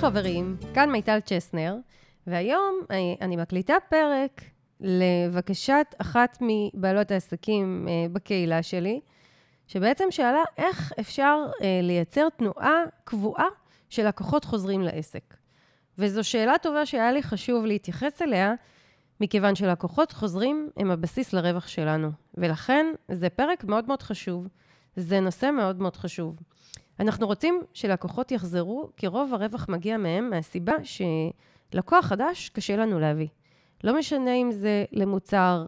חברים, כאן מיטל צ'סנר, והיום אני מקליטה פרק לבקשת אחת מבעלות העסקים בקהילה שלי, שבעצם שאלה איך אפשר לייצר תנועה קבועה של לקוחות חוזרים לעסק. וזו שאלה טובה שהיה לי חשוב להתייחס אליה, מכיוון שלקוחות חוזרים הם הבסיס לרווח שלנו, ולכן זה פרק מאוד מאוד חשוב, זה נושא מאוד מאוד חשוב. אנחנו רוצים שלקוחות יחזרו, כי רוב הרווח מגיע מהם מהסיבה שלקוח חדש קשה לנו להביא. לא משנה אם זה למוצר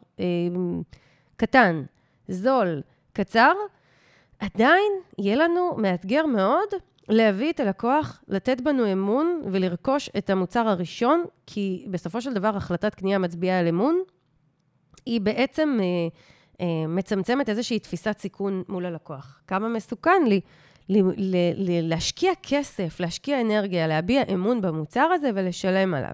קטן, זול, קצר, עדיין יהיה לנו מאתגר מאוד להביא את הלקוח, לתת בנו אמון ולרכוש את המוצר הראשון, כי בסופו של דבר החלטת קנייה מצביעה על אמון, היא בעצם מצמצמת איזושהי תפיסת סיכון מול הלקוח. כמה מסוכן לי להשקיע כסף, להשקיע אנרגיה, להביע אמון במוצר הזה ולשלם עליו.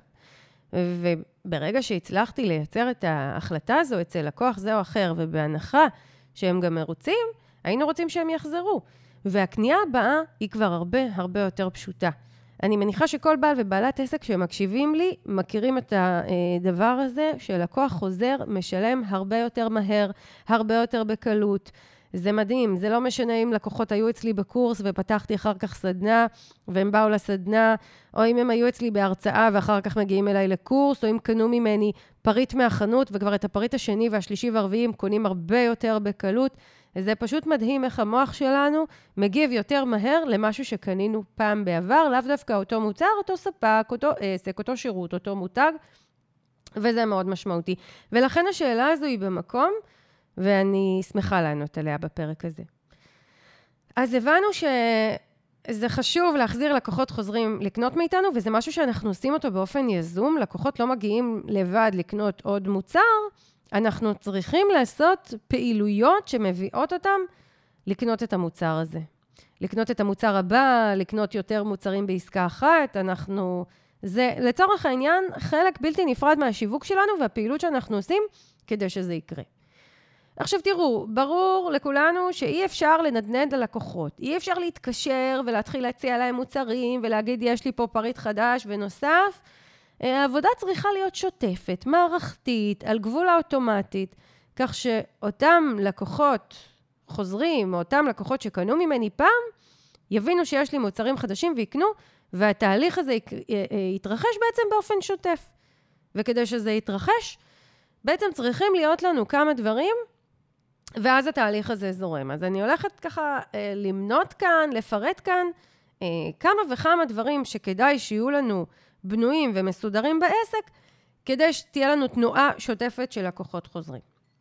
וברגע שהצלחתי לייצר את ההחלטה הזו אצל לקוח זה או אחר, ובהנחה שהם גם מרוצים, היינו רוצים שהם יחזרו. והקנייה הבאה היא כבר הרבה יותר פשוטה. אני מניחה שכל בעל ובעלת עסק שמקשיבים לי, מכירים את הדבר הזה, שלקוח חוזר, משלם הרבה יותר מהר, הרבה יותר בקלות. זה מדהים, זה לא משנה אם לקוחות היו אצלי בקורס ופתחתי אחר כך סדנה, והם באו לסדנה, או אם הם היו אצלי בהרצאה ואחר כך מגיעים אליי לקורס, או אם קנו ממני פריט מהחנות, וכבר את הפריט השני והשלישי והרביעי הם קונים הרבה יותר בקלות. זה פשוט מדהים איך המוח שלנו מגיב יותר מהר למשהו שקנינו פעם בעבר, לאו דווקא אותו מוצר, אותו ספק, אותו עסק, אותו שירות, אותו מותג, וזה מאוד משמעותי. ולכן השאלה הזו היא במקום, ואני שמחה לענות עליה בפרק הזה. אז הבנו שזה חשוב להחזיר לקוחות חוזרים לקנות מאיתנו, וזה משהו שאנחנו עושים אותו באופן יזום, לקוחות לא מגיעים לבד לקנות עוד מוצר, אנחנו צריכים לעשות פעילויות שמביאות אותם לקנות את המוצר הזה. לקנות את המוצר הבא, לקנות יותר מוצרים בעסקה אחת, זה לצורך העניין חלק בלתי נפרד מהשיווק שלנו והפעילות שאנחנו עושים כדי שזה יקרה. עכשיו תראו, ברור לכולנו שאי אפשר לנדנד ללקוחות, אי אפשר להתקשר ולהתחיל להציע להם מוצרים ולהגיד יש לי פה פריט חדש ונוסף, העבודה צריכה להיות שוטפת, מערכתית, על גבול האוטומטית, כך שאותם לקוחות חוזרים, או אותם לקוחות שקנו ממני פעם, יבינו שיש לי מוצרים חדשים ויקנו, והתהליך הזה יתרחש בעצם באופן שוטף. וכדי שזה יתרחש, בעצם צריכים להיות לנו כמה דברים, ואז התהליך הזה זורם. אז אני הולכת ככה למנות כאן, לפרט כאן, כמה וכמה דברים שכדאי שיהיו לנו בנויים ומסודרים בעסק, כדי שתהיה לנו תנועה שוטפת של לקוחות חוזרים.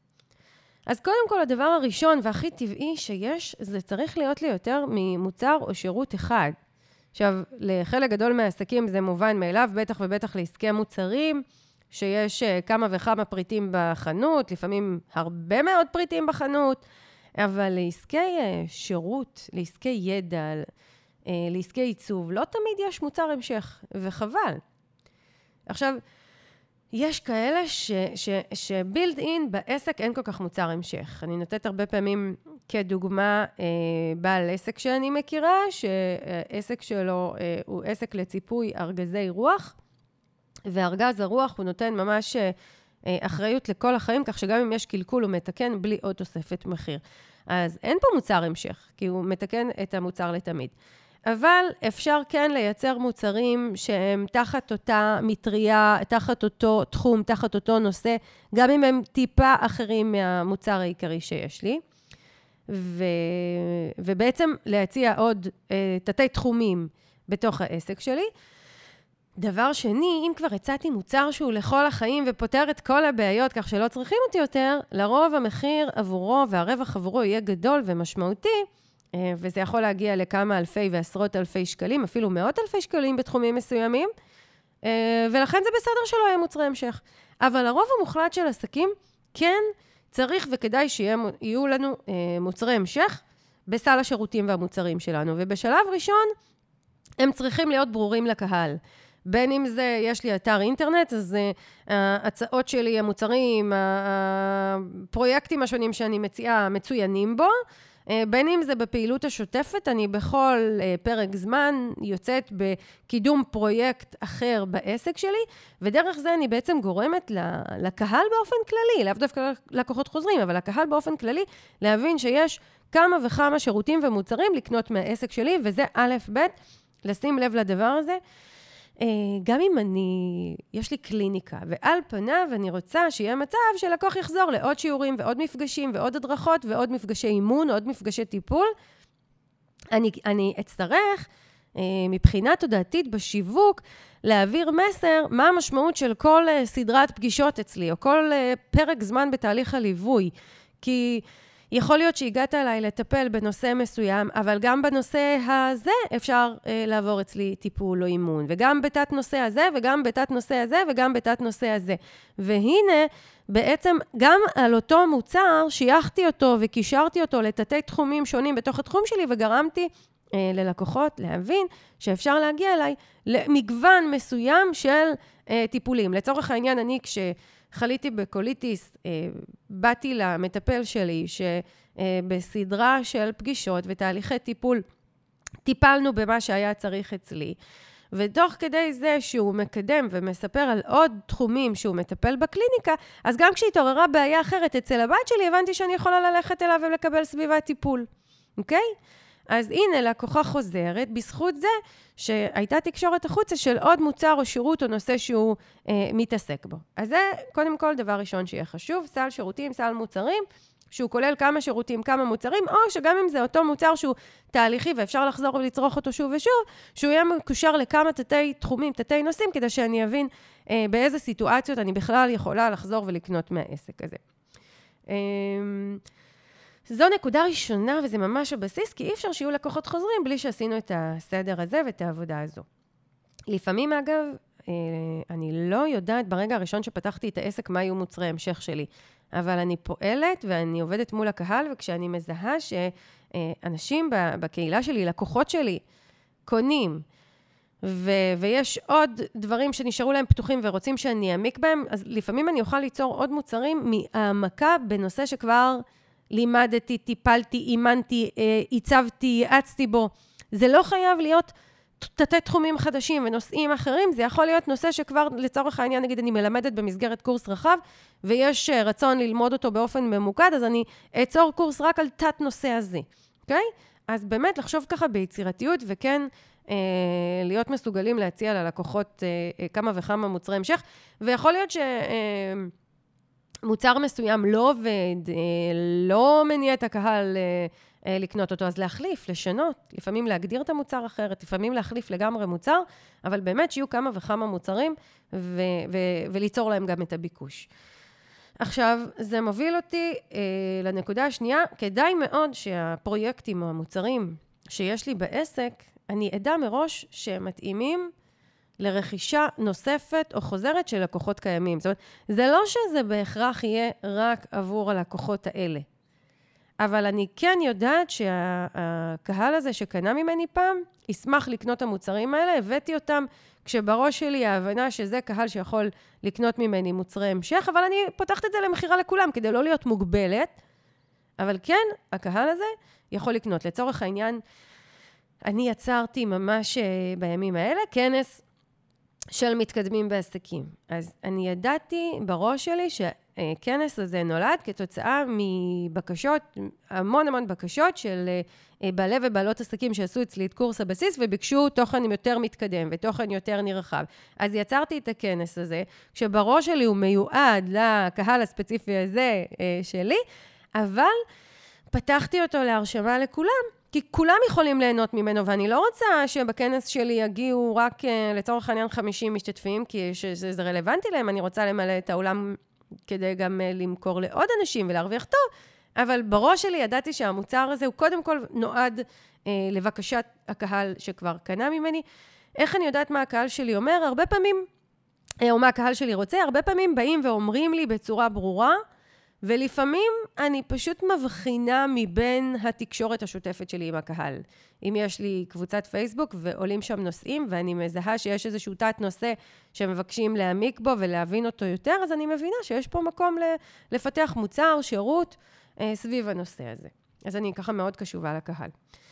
אז קודם כל, הדבר הראשון והכי טבעי שיש, זה צריך להיות לי יותר ממוצר או שירות אחד. עכשיו, לחלק גדול מהעסקים זה מובן מאליו, בטח ובטח לעסקי מוצרים, שיש כמה וכמה פריטים בחנות, לפעמים הרבה מאוד פריטים בחנות, אבל לעסקי שירות, לעסקי ידע, לעסקי עיצוב, לא תמיד יש מוצר המשך, וחבל. עכשיו, יש כאלה שבילד אין בעסק אין כל כך מוצר המשך. אני נותנת הרבה פעמים כדוגמה בעל עסק שאני מכירה, שעסק שלו הוא עסק לציפוי ארגזי רוח, וארגז הרוח הוא נותן ממש אחריות לכל החיים, כך שגם אם יש קלקול הוא מתקן בלי עוד תוספת מחיר. אז אין פה מוצר המשך, כי הוא מתקן את המוצר לתמיד. אבל אפשר כן לייצר מוצרים שהם תחת אותה מטריה, תחת אותו תחום, תחת אותו נושא, גם אם הם טיפה אחרים מהמוצר העיקרי שיש לי. ובעצם להציע עוד תתי תחומים בתוך העסק שלי. דבר שני, אם כבר הצעתי מוצר שהוא לכל החיים ופותר את כל הבעיות כך שלא צריכים אותי יותר, לרוב המחיר עבורו והרווח עבורו יהיה גדול ומשמעותי, וזה יכול להגיע לכמה אלפי ועשרות אלפי שקלים, אפילו מאות אלפי שקלים בתחומים מסוימים, ולכן זה בסדר שלא יהיה מוצרי המשך. אבל הרוב המוחלט של עסקים כן צריך וכדאי שיהיו לנו מוצרי המשך בסל השירותים והמוצרים שלנו, ובשלב ראשון הם צריכים להיות ברורים לקהל. בין אם זה, יש לי אתר אינטרנט, אז ההצעות שלי, המוצרים, הפרויקטים השונים שאני מציעה מצוינים בו, בין אם זה בפעילות השוטפת, אני בכל פרק זמן יוצאת בקידום פרויקט אחר בעסק שלי, ודרך זה אני בעצם גורמת לקהל באופן כללי, לאו דווקא לקוחות חוזרים, אבל לקהל באופן כללי, להבין שיש כמה וכמה שירותים ומוצרים לקנות מהעסק שלי, וזה א' ב', לשים לב לדבר הזה. גם אם יש לי קליניקה, ועל פניו אני רוצה שיהיה מצב שלקוח יחזור לעוד שיעורים ועוד מפגשים ועוד הדרכות ועוד מפגשי אימון, עוד מפגשי טיפול, אני אצטרך מבחינה תודעתית בשיווק להעביר מסר מה המשמעות של כל סדרת פגישות אצלי, או כל פרק זמן בתהליך הליווי, כי יכול להיות שהגעת אליי לטפל בנושא מסוים, אבל גם בנושא הזה אפשר לעבור אצלי טיפול או אימון, וגם בתת נושא הזה, וגם בתת נושא הזה, וגם בתת נושא הזה. והנה, בעצם גם על אותו מוצר, שייכתי אותו וקישרתי אותו לתתי תחומים שונים בתוך התחום שלי, וגרמתי ללקוחות להבין שאפשר להגיע אליי למגוון מסוים של טיפולים. לצורך העניין, אני חליתי בקוליטיס, באתי למטפל שלי, שבסדרה של פגישות ותהליכי טיפול, טיפלנו במה שהיה צריך אצלי, ותוך כדי זה שהוא מקדם ומספר על עוד תחומים שהוא מטפל בקליניקה, אז גם כשהתעוררה בעיה אחרת אצל הבת שלי, הבנתי שאני יכולה ללכת אליו ולקבל סביבה טיפול. אוקיי? אז הנה, לקוחה חוזרת, בזכות זה שהייתה תקשורת החוצה של עוד מוצר או שירות או נושא שהוא מתעסק בו. אז זה קודם כל דבר ראשון שיהיה חשוב, סל שירותים, סל מוצרים, שהוא כולל כמה שירותים, כמה מוצרים, או שגם אם זה אותו מוצר שהוא תהליכי ואפשר לחזור ולצרוך אותו שוב ושוב, שהוא יהיה מקושר לכמה תתי תחומים, תתי נושאים, כדי שאני אבין באיזה סיטואציות אני בכלל יכולה לחזור ולקנות מהעסק הזה. זו נקודה ראשונה, וזה ממש הבסיס, כי אי אפשר שיהיו לקוחות חוזרים בלי שעשינו את הסדר הזה ואת העבודה הזו. לפעמים, אגב, אני לא יודעת ברגע הראשון שפתחתי את העסק מה יהיו מוצרי המשך שלי, אבל אני פועלת ואני עובדת מול הקהל, וכשאני מזהה שאנשים בקהילה שלי, לקוחות שלי, קונים, ויש עוד דברים שנשארו להם פתוחים ורוצים שאני אעמיק בהם, אז לפעמים אני אוכל ליצור עוד מוצרים מהעמקה בנושא שכבר לימדתי, טיפלתי, אימנתי, עיצבתי, יעצתי בו. זה לא חייב להיות תתי תחומים חדשים ונושאים אחרים, זה יכול להיות נושא שכבר לצורך העניין, נגיד אני מלמדת במסגרת קורס רחב, ויש רצון ללמוד אותו באופן ממוקד, אז אני אעצור קורס רק על תת נושא הזה. אוקיי? אז באמת לחשוב ככה ביצירתיות, וכן להיות מסוגלים להציע ללקוחות כמה וכמה מוצרי המשך, ויכול להיות מוצר מסוים לא עובד, לא מניע את הקהל לקנות אותו, אז להחליף, לשנות, לפעמים להגדיר את המוצר אחרת, לפעמים להחליף לגמרי מוצר, אבל באמת שיהיו כמה וכמה מוצרים וליצור להם גם את הביקוש. עכשיו, זה מוביל אותי לנקודה השנייה, כדאי מאוד שהפרויקטים או המוצרים שיש לי בעסק, אני אדע מראש שהם מתאימים לרכישה נוספת או חוזרת של לקוחות קיימים. זאת אומרת, זה לא שזה בהכרח יהיה רק עבור הלקוחות האלה. אבל אני כן יודעת שהקהל הזה שקנה ממני פעם, ישמח לקנות את המוצרים האלה, הבאתי אותם כשבראש שלי ההבנה שזה קהל שיכול לקנות ממני מוצרי המשך, אבל אני פותחת את זה למחירה לכולם, כדי לא להיות מוגבלת. אבל כן, הקהל הזה יכול לקנות. לצורך העניין, אני יצרתי ממש בימים האלה כנס של מתקדמים בעסקים. אז אני ידעתי בראש שלי שהכנס הזה נולד כתוצאה מבקשות, המון בקשות של בעלי ובעלות עסקים שעשו אצלי את קורס הבסיס, וביקשו תוכן יותר מתקדם ותוכן יותר נרחב. אז יצרתי את הכנס הזה, שבראש שלי הוא מיועד לקהל הספציפי הזה שלי, אבל פתחתי אותו להרשמה לכולם, כי כולם יכולים ליהנות ממנו, ואני לא רוצה שבכנס שלי יגיעו רק לצורך העניין 50 משתתפים, כי זה רלוונטי להם, אני רוצה למלא את העולם כדי גם למכור לעוד אנשים ולהרוויח טוב, אבל בראש שלי ידעתי שהמוצר הזה הוא קודם כל נועד לבקשת הקהל שכבר קנה ממני. איך אני יודעת מה הקהל שלי אומר? הרבה פעמים, או מה הקהל שלי רוצה, הרבה פעמים באים ואומרים לי בצורה ברורה, ולפעמים אני פשוט מבחינה מבין התקשורת השוטפת שלי עם הקהל. אם יש לי קבוצת פייסבוק ועולים שם נושאים, ואני מזהה שיש איזשהו תת נושא שמבקשים להעמיק בו ולהבין אותו יותר, אז אני מבינה שיש פה מקום לפתח מוצר, שירות, סביב הנושא הזה. אז אני ככה מאוד קשובה לקהל.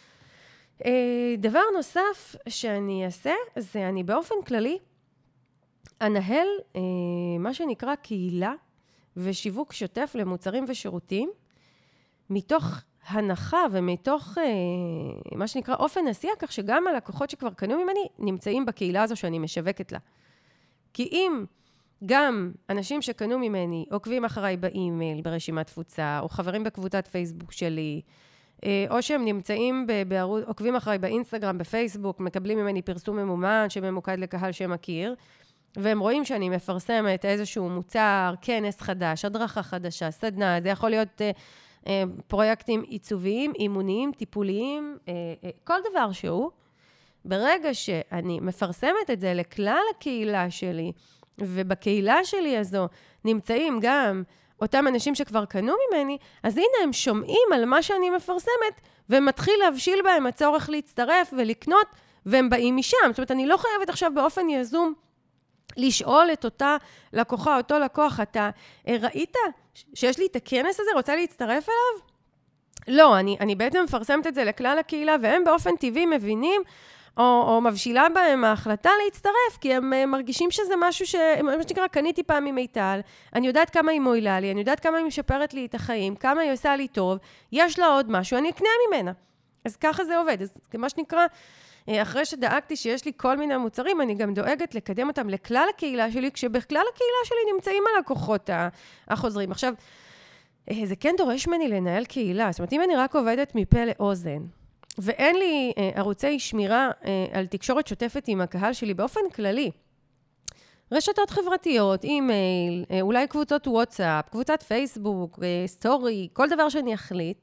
דבר נוסף שאני אעשה, זה אני באופן כללי אנהל מה שנקרא קהילה ושיווק שוטף למוצרים ושירותים, מתוך הנחה ומתוך מה שנקרא אופן עשייה, כך שגם הלקוחות שכבר קנו ממני נמצאים בקהילה הזו שאני משווקת לה. כי אם גם אנשים שקנו ממני עוקבים אחריי באימייל, ברשימת תפוצה, או חברים בקבוצת פייסבוק שלי, או שהם נמצאים עוקבים אחריי באינסטגרם, בפייסבוק, מקבלים ממני פרסום ממומן שממוקד לקהל שמכיר, והם רואים שאני מפרסמת איזשהו מוצר, כנס חדש, הדרכה חדשה, סדנה, זה יכול להיות פרויקטים עיצוביים, אימוניים, טיפוליים, כל דבר שהוא. ברגע שאני מפרסמת את זה לכלל הקהילה שלי, ובקהילה שלי הזו נמצאים גם אותם אנשים שכבר קנו ממני, אז הנה הם שומעים על מה שאני מפרסמת, ומתחיל להבשיל בהם הצורך להצטרף ולקנות, והם באים משם. זאת אומרת, אני לא חייבת עכשיו באופן יזום לשאול את אותה לקוחה, אותו לקוח, אתה ראית שיש לי את הכנס הזה, רוצה להצטרף אליו? לא, אני בעצם מפרסמת את זה לכלל הקהילה, והם באופן טבעי מבינים, או מבשילה בהם ההחלטה להצטרף, כי הם מרגישים שזה משהו מה שנקרא, קניתי פעם ממיטל, אני יודעת כמה היא מועילה לי, אני יודעת כמה היא משפרת לי את החיים, כמה היא עושה לי טוב, יש לה עוד משהו, אני אקנה ממנה. אז ככה זה עובד. אז מה שנקרא, אחרי שדאגתי שיש לי כל מיני מוצרים, אני גם דואגת לקדם אותם לכלל הקהילה שלי, כשבכלל הקהילה שלי נמצאים הלקוחות החוזרים. עכשיו, זה כן דורש ממני לנהל קהילה. זאת אומרת, אם אני רק עובדת מפה לאוזן, ואין לי ערוצי שמירה על תקשורת שוטפת עם הקהל שלי באופן כללי, רשתות חברתיות, אימייל, אולי קבוצות וואטסאפ, קבוצת פייסבוק, סטורי, כל דבר שאני אחליט,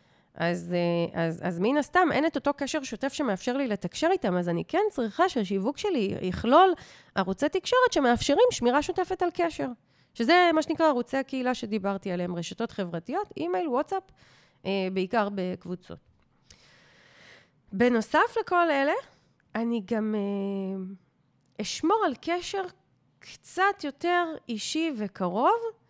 אז מן הסתם אין את אותו קשר שוטף שמאפשר לי לתקשר איתם, אז אני כן צריכה שהשיווק שלי יכלול ערוצי תקשורת שמאפשרים שמירה שוטפת על קשר. שזה מה שנקרא ערוצי הקהילה שדיברתי עליהם, רשתות חברתיות, אימייל, וואטסאפ, בעיקר בקבוצות. בנוסף לכל אלה, אני גם אשמור על קשר קצת יותר אישי וקרוב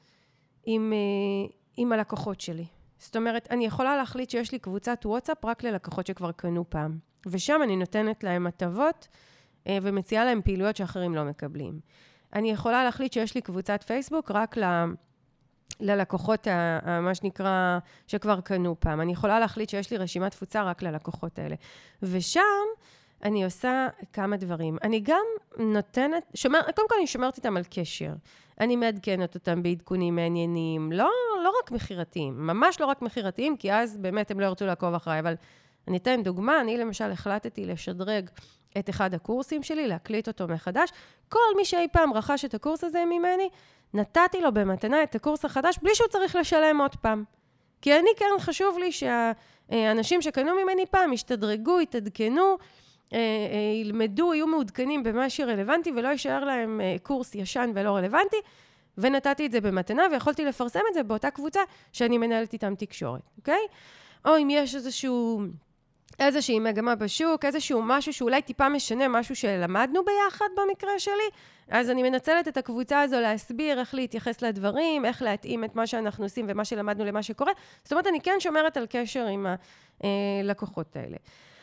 עם הלקוחות שלי. זאת אומרת, אני יכולה להחליט שיש לי קבוצת וואטסאפ רק ללקוחות שכבר קנו פעם. ושם אני נותנת להם הטבות ומציעה להם פעילויות שאחרים לא מקבלים. אני יכולה להחליט שיש לי קבוצת פייסבוק רק ללקוחות, מה שנקרא, שכבר קנו פעם. אני יכולה להחליט שיש לי רשימת תפוצה רק ללקוחות האלה. ושם אני עושה כמה דברים. אני גם נותנת, קודם כל אני שומרת איתם על קשר. אני מעדכנת אותם בעדכונים מעניינים, לא רק מחירתיים, ממש לא רק מחירתיים, כי אז באמת הם לא ירצו לעקוב אחריי, אבל אני אתן דוגמה, אני למשל החלטתי לשדרג את אחד הקורסים שלי, להקליט אותו מחדש. כל מי שאי פעם רכש את הקורס הזה ממני, נתתי לו במתנה את הקורס החדש, בלי שהוא צריך לשלם עוד פעם. כי אני כן חשוב לי שהאנשים שקנו ממני פעם ישתדרגו, יתעדכנו, ילמדו, יהיו מעודכנים במה שרלוונטי, ולא יישאר להם קורס ישן ולא רלוונטי, ונתתי את זה במתנה, ויכולתי לפרסם את זה באותה קבוצה שאני מנהלת איתם תקשורת, אוקיי? או אם יש איזושהי מגמה בשוק, איזשהו משהו שאולי טיפה משנה, משהו שלמדנו ביחד במקרה שלי, אז אני מנצלת את הקבוצה הזו להסביר איך להתייחס לדברים, איך להתאים את מה שאנחנו עושים ומה שלמדנו למה שקורה. זאת אומרת, אני כן שומרת על קשר עם הלקוחות האלה.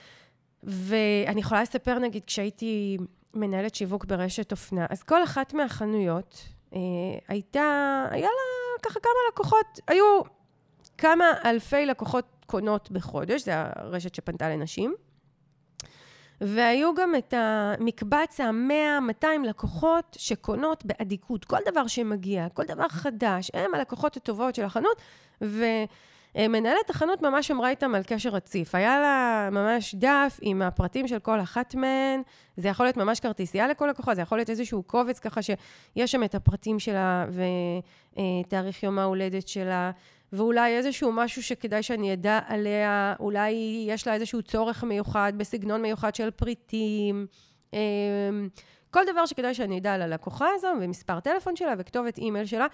ואני יכולה לספר, נגיד, כשהייתי מנהלת שיווק ברשת אופנה, אז כל אחת מהחנויות היה לה ככה כמה לקוחות, היו כמה אלפי לקוחות קונות בחודש, זה הרשת שפנתה לנשים, והיו גם את המקבץ 100-200 לקוחות שקונות באדיקות, כל דבר שמגיע, כל דבר חדש, הם הלקוחות הטובות של החנות, ומנהלת החנות ממש אמרה איתם על קשר רציף. היה לה ממש דף עם הפרטים של כל אחת מהן, זה יכול להיות ממש כרטיסייה לכל לקוחה, זה יכול להיות איזשהו קובץ ככה שיש שם את הפרטים שלה ותאריך יום ההולדת שלה, ואולי איזשהו משהו שכדאי שאני אדע עליה, אולי יש לה איזשהו צורך מיוחד, בסגנון מיוחד של פריטים, כל דבר שכדאי שאני אדע על הלקוחה הזו, ומספר טלפון שלה, וכתובת אימייל שלה,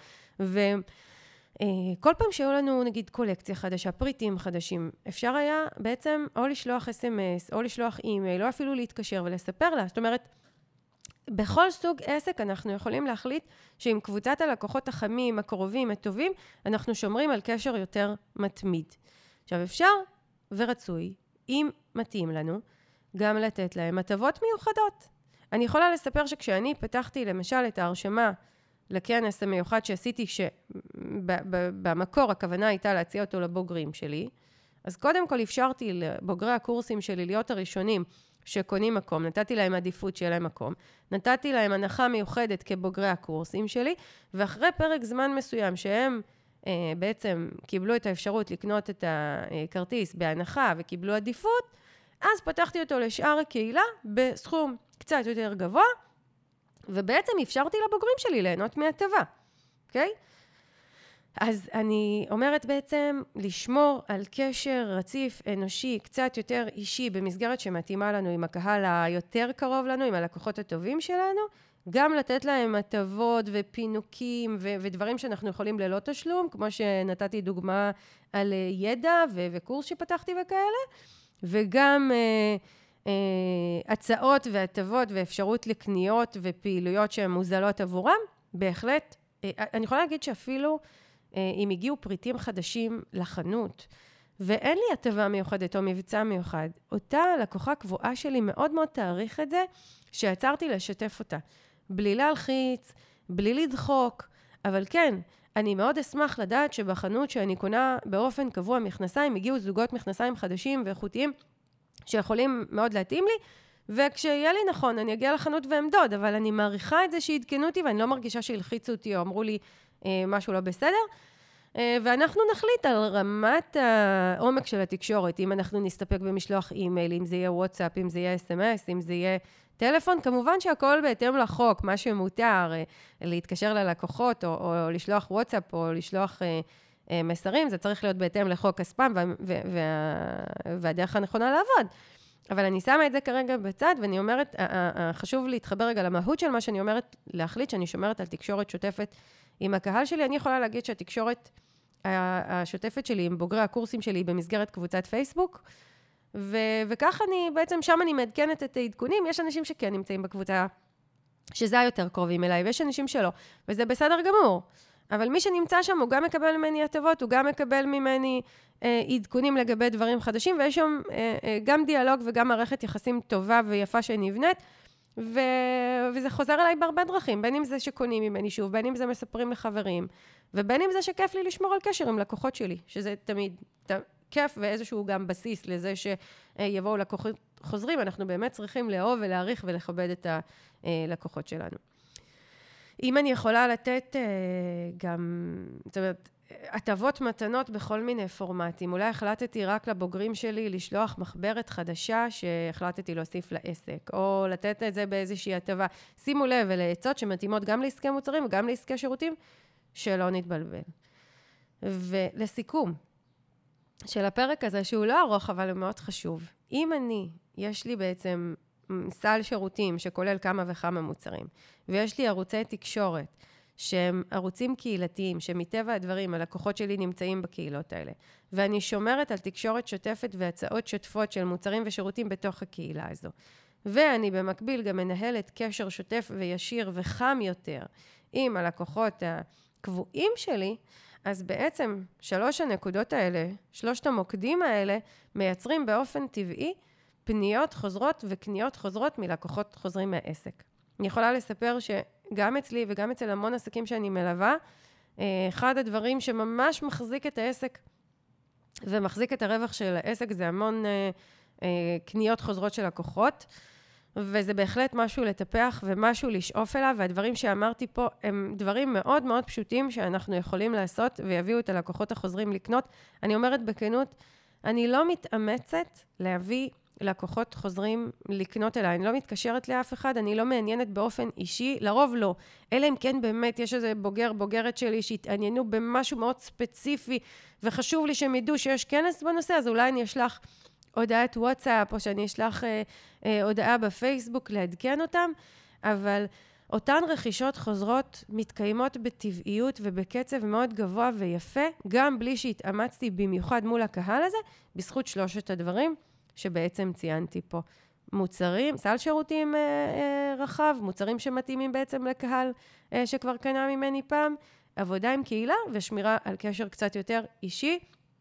וכל פעם שהיו לנו, נגיד, קולקציה חדשה, פריטים חדשים, אפשר היה בעצם או לשלוח SMS, או לשלוח אימייל, או אפילו להתקשר ולספר לה. זאת אומרת, בכל סוג עסק אנחנו יכולים להחליט שעם קבוצת הלקוחות החמים, הקרובים, הטובים, אנחנו שומרים על קשר יותר מתמיד. עכשיו, אפשר ורצוי, אם מתאים לנו, גם לתת להם הטבות מיוחדות. אני יכולה לספר שכשאני פתחתי למשל את ההרשמה לכנס המיוחד שעשיתי, שבמקור הכוונה הייתה להציע אותו לבוגרים שלי, אז קודם כל אפשרתי לבוגרי הקורסים שלי להיות הראשונים שקונים מקום, נתתי להם עדיפות שיהיה להם מקום, נתתי להם הנחה מיוחדת כבוגרי הקורסים שלי, ואחרי פרק זמן מסוים שהם בעצם קיבלו את האפשרות לקנות את הכרטיס בהנחה וקיבלו עדיפות, אז פתחתי אותו לשאר הקהילה בסכום קצת יותר גבוה, ובעצם אפשרתי לבוגרים שלי ליהנות מהטבה, אוקיי? אז אני אומרת בעצם לשמור על קשר רציף, אנושי, קצת יותר אישי, במסגרת שמתאימה לנו עם הקהל היותר קרוב לנו, עם הלקוחות הטובים שלנו, גם לתת להם הטבות ופינוקים ודברים שאנחנו יכולים ללא תשלום, כמו שנתתי דוגמה על ידע וקורס שפתחתי וכאלה, וגם הצעות והטבות ואפשרות לקניות ופעילויות שהן מוזלות עבורם, בהחלט. אני יכולה להגיד שאפילו אם הגיעו פריטים חדשים לחנות, ואין לי הטבה מיוחדת או מבצע מיוחד, אותה לקוחה קבועה שלי מאוד מאוד תאריך את זה, שעצרתי לשתף אותה. בלי להלחיץ, בלי לדחוק, אבל כן, אני מאוד אשמח לדעת שבחנות שאני קונה באופן קבוע מכנסיים, הגיעו זוגות מכנסיים חדשים ואיכותיים, שיכולים מאוד להתאים לי, וכשיהיה לי נכון, אני אגיע לחנות ואמדוד, אבל אני מעריכה את זה שידכנו אותי, ואני לא מרגישה שהלחיצו אותי או אמרו לי משהו לא בסדר, ואנחנו נחליט על רמת העומק של התקשורת, אם אנחנו נסתפק במשלוח אימייל, אם זה יהיה וואטסאפ, אם זה יהיה SMS, אם זה יהיה טלפון, כמובן שהכל בהתאם לחוק, מה שמותר, להתקשר ללקוחות, או לשלוח וואטסאפ, או לשלוח מסרים, זה צריך להיות בהתאם לחוק הספאם, והדרך הנכונה לעבוד. אבל אני שמה את זה כרגע בצד, ואני אומרת, חשוב להתחבר רגע למהות של מה שאני אומרת, להחליט שאני שומרת על תקשורת שוטפת עם הקהל שלי. אני יכולה להגיד שהתקשורת השוטפת שלי עם בוגרי הקורסים שלי במסגרת קבוצת פייסבוק, וכך אני, בעצם שם אני מעדכנת את העדכונים. יש אנשים שכן נמצאים בקבוצה, שזה היותר קרובים אליי, ויש אנשים שלא, וזה בסדר גמור. אבל מי שנמצא שם, הוא גם מקבל ממני הטבות, הוא גם מקבל ממני עדכונים לגבי דברים חדשים, ויש שם גם דיאלוג וגם מערכת יחסים טובה ויפה שנבנית, וזה חוזר אליי בהרבה דרכים, בין אם זה שקונים ממני שוב, בין אם זה מספרים לחברים, ובין אם זה שכיף לי לשמור על קשר עם לקוחות שלי, שזה תמיד כיף ואיזשהו גם בסיס לזה שיבואו לקוחות חוזרים. אנחנו באמת צריכים לאהוב ולהעריך ולכבד את הלקוחות שלנו. אם אני יכולה לתת גם, זאת אומרת, הטבות מתנות בכל מיני פורמטים. אולי החלטתי רק לבוגרים שלי לשלוח מחברת חדשה שהחלטתי להוסיף לעסק, או לתת את זה באיזושהי הטבה. שימו לב, אלה עצות שמתאימות גם לעסקי מוצרים וגם לעסקי שירותים, שלא נתבלבל. ולסיכום של הפרק הזה, שהוא לא ארוך, אבל הוא מאוד חשוב. אם יש לי בעצם סל שירותים שכולל כמה וכמה מוצרים, ויש לי ערוצי תקשורת, שהם ערוצים קהילתיים, שמטבע הדברים, הלקוחות שלי נמצאים בקהילות האלה, ואני שומרת על תקשורת שוטפת והצעות שוטפות של מוצרים ושירותים בתוך הקהילה הזו. ואני במקביל גם מנהלת קשר שוטף וישיר וחם יותר עם הלקוחות הקבועים שלי, אז בעצם 3 הנקודות האלה, 3 המוקדים האלה, מייצרים באופן טבעי פניות חוזרות וקניות חוזרות מלקוחות חוזרים מהעסק. אני יכולה לספר שגם אצלי וגם אצל המון עסקים שאני מלווה, אחד הדברים שממש מחזיק את העסק ומחזיק את הרווח של העסק, זה המון קניות חוזרות של לקוחות, וזה בהחלט משהו לטפח ומשהו לשאוף אליו, והדברים שאמרתי פה הם דברים מאוד מאוד פשוטים שאנחנו יכולים לעשות ויביאו את הלקוחות החוזרים לקנות. אני אומרת בכנות, אני לא מתאמצת להביא לקוחות חוזרים לקנות אליי, אני לא מתקשרת לאף אחד, אני לא מעניינת באופן אישי, לרוב לא. אלא אם כן באמת יש איזה בוגרת שלי שהתעניינו במשהו מאוד ספציפי, וחשוב לי שהם ידעו שיש כנס בנושא, אז אולי אני אשלח הודעת וואטסאפ, או שאני אשלח הודעה בפייסבוק לעדכן אותם, אבל אותן רכישות חוזרות מתקיימות בטבעיות ובקצב מאוד גבוה ויפה, גם בלי שהתאמצתי במיוחד מול הקהל הזה, בזכות 3 הדברים שבעצם ציינתי פה. מוצרים, סל שירותים רחב, מוצרים שמתאימים בעצם לקהל שכבר קנה ממני פעם, עבודה עם קהילה ושמירה על קשר קצת יותר אישי.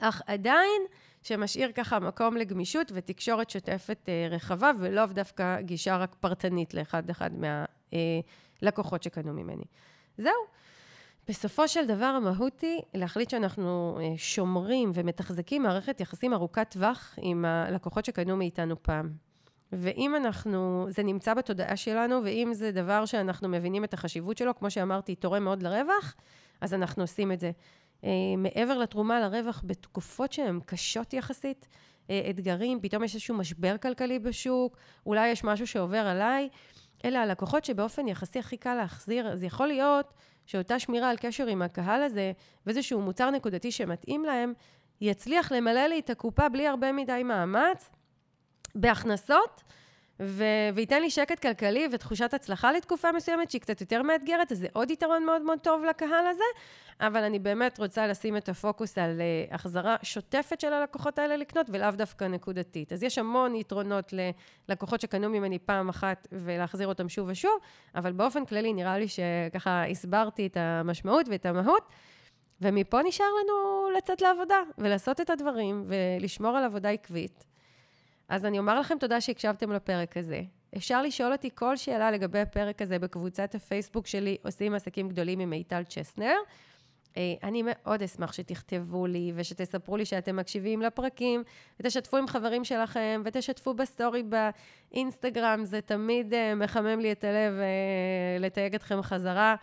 אך עדיין שמשאיר ככה מקום לגמישות ותקשורת שוטפת רחבה, ולא דווקא גישה רק פרטנית לאחד מהלקוחות שקנו ממני. זהו. בסופו של דבר המהות היא להחליט שאנחנו שומרים ומתחזקים מערכת יחסים ארוכת טווח עם הלקוחות שקנו מאיתנו פעם. ואם זה נמצא בתודעה שלנו, ואם זה דבר שאנחנו מבינים את החשיבות שלו, כמו שאמרתי, תורם מאוד לרווח, אז אנחנו עושים את זה. מעבר לתרומה לרווח בתקופות שהן קשות יחסית, אתגרים, פתאום יש איזשהו משבר כלכלי בשוק, אולי יש משהו שעובר עליי, אלה הלקוחות שבאופן יחסי הכי קל להחזיר, אז יכול להיות שאותה שמירה על קשר עם הקהל הזה, ואיזשהו מוצר נקודתי שמתאים להם, יצליח למלא לי את הקופה בלי הרבה מדי מאמץ, בהכנסות, וייתן לי שקט כלכלי ותחושת הצלחה לתקופה מסוימת שהיא קצת יותר מאתגרת, אז זה עוד יתרון מאוד מאוד טוב לקהל הזה, אבל אני באמת רוצה לשים את הפוקוס על החזרה שוטפת של הלקוחות האלה לקנות, ולאו דווקא נקודתית. אז יש המון יתרונות ללקוחות שקנו ממני פעם אחת, ולהחזיר אותם שוב ושוב, אבל באופן כללי נראה לי שככה הסברתי את המשמעות ואת המהות, ומפה נשאר לנו לצאת לעבודה, ולעשות את הדברים, ולשמור על עבודה עקבית. אז אני אומר לכם תודה שהקשבתם לפרק הזה. אפשר לשאול אותי כל שאלה לגבי הפרק הזה בקבוצת הפייסבוק שלי, עושים עסקים גדולים עם מיטל צ'סנר. אני מאוד אשמח שתכתבו לי ושתספרו לי שאתם מקשיבים לפרקים, ותשתפו עם חברים שלכם, ותשתפו בסטורי באינסטגרם, זה תמיד מחמם לי את הלב לתייג אתכם חזרה.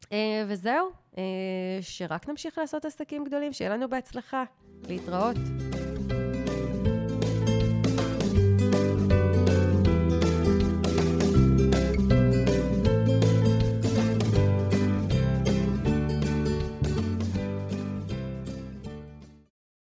וזהו, שרק נמשיך לעשות עסקים גדולים, שיהיה לנו בהצלחה. להתראות.